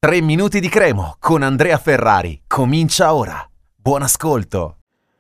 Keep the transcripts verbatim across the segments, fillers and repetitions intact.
tre minuti di Cremo con Andrea Ferrari. Comincia ora. Buon ascolto.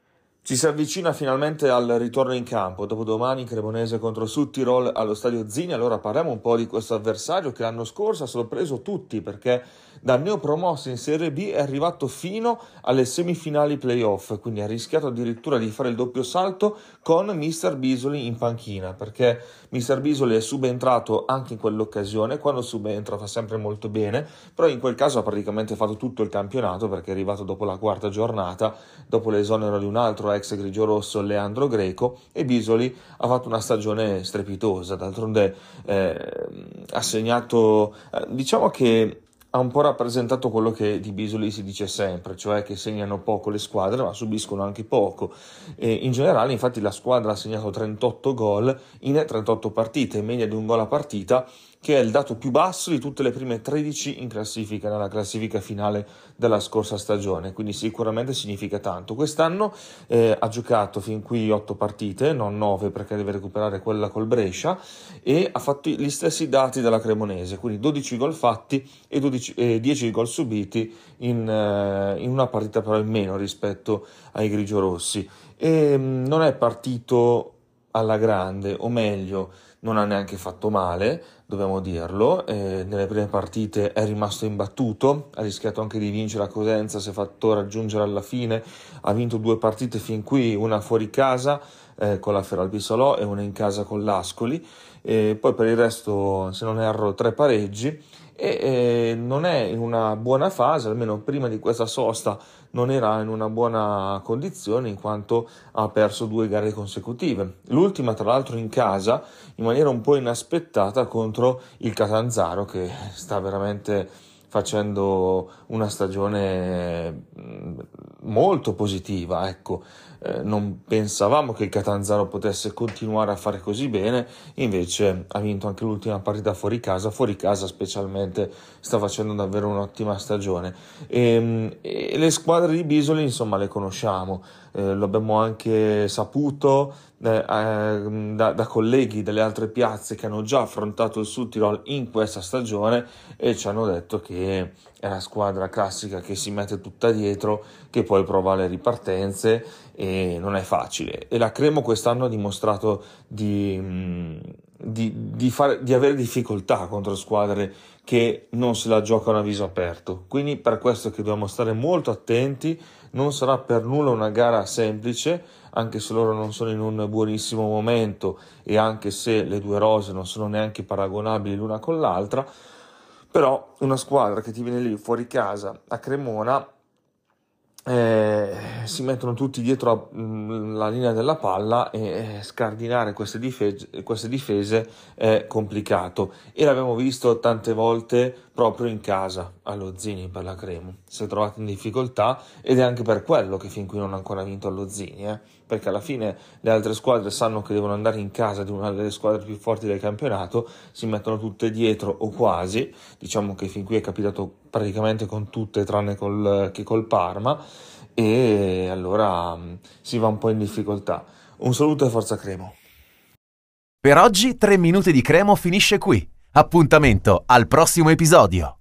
Ci si avvicina finalmente al ritorno in campo. Dopodomani Cremonese contro Südtirol allo stadio Zini. Allora parliamo un po' di questo avversario che l'anno scorso ha sorpreso tutti, perché da neopromosso in Serie B è arrivato fino alle semifinali playoff, quindi ha rischiato addirittura di fare il doppio salto con mister Bisoli in panchina, perché mister Bisoli è subentrato anche in quell'occasione. Quando subentra fa sempre molto bene, però in quel caso ha praticamente fatto tutto il campionato, perché è arrivato dopo la quarta giornata, dopo l'esonero di un altro ex grigio-rosso, Leandro Greco, e Bisoli ha fatto una stagione strepitosa. D'altronde eh, ha segnato, eh, diciamo che ha un po' rappresentato quello che di Bisoli si dice sempre, cioè che segnano poco le squadre ma subiscono anche poco. E in generale infatti la squadra ha segnato trentotto gol in trentotto partite, in media di un gol a partita, che è il dato più basso di tutte le prime tredici in classifica, nella classifica finale della scorsa stagione, quindi sicuramente significa tanto. Quest'anno eh, ha giocato fin qui otto partite, non nove perché deve recuperare quella col Brescia, e ha fatto gli stessi dati della Cremonese, quindi dodici gol fatti e, dodici, e dieci gol subiti in, eh, in una partita però in meno rispetto ai grigiorossi. E mh, non è partito alla grande, o meglio, non ha neanche fatto male, dobbiamo dirlo. Eh, nelle prime partite è rimasto imbattuto, ha rischiato anche di vincere a Cosenza, si è fatto raggiungere alla fine, ha vinto due partite fin qui, una fuori casa eh, con la Feralbisolò e una in casa con l'Ascoli, e poi per il resto, se non erro, tre pareggi, e eh, non è in una buona fase, almeno prima di questa sosta non era in una buona condizione, in quanto ha perso due gare consecutive, l'ultima tra l'altro in casa in maniera un po' inaspettata contro il Catanzaro, che sta veramente facendo una stagione molto positiva, ecco. Eh, non pensavamo che il Catanzaro potesse continuare a fare così bene, invece ha vinto anche l'ultima partita fuori casa, fuori casa specialmente sta facendo davvero un'ottima stagione. E, e le squadre di Bisoli insomma le conosciamo, eh, lo abbiamo anche saputo eh, eh, da, da colleghi delle altre piazze che hanno già affrontato il Südtirol in questa stagione, e ci hanno detto che è la squadra classica che si mette tutta dietro, che poi prova le ripartenze e non è facile. E la Cremo quest'anno ha dimostrato di, di, di, fare, di avere difficoltà contro squadre che non se la giocano a viso aperto, quindi per questo che dobbiamo stare molto attenti. Non sarà per nulla una gara semplice, anche se loro non sono in un buonissimo momento e anche se le due rose non sono neanche paragonabili l'una con l'altra, però una squadra che ti viene lì fuori casa a Cremona, eh, si mettono tutti dietro la linea della palla, e scardinare queste difese, queste difese è complicato, e l'abbiamo visto tante volte proprio in casa allo Zini per la Cremo. Si è trovato in difficoltà ed è anche per quello che fin qui non ha ancora vinto allo Zini, eh? Perché alla fine le altre squadre sanno che devono andare in casa di una delle squadre più forti del campionato, si mettono tutte dietro o quasi. Diciamo che fin qui è capitato praticamente con tutte tranne col, che col Parma, e allora mh, si va un po' in difficoltà. Un saluto e forza Cremo. Per oggi tre minuti di Cremo finisce qui. Appuntamento al prossimo episodio.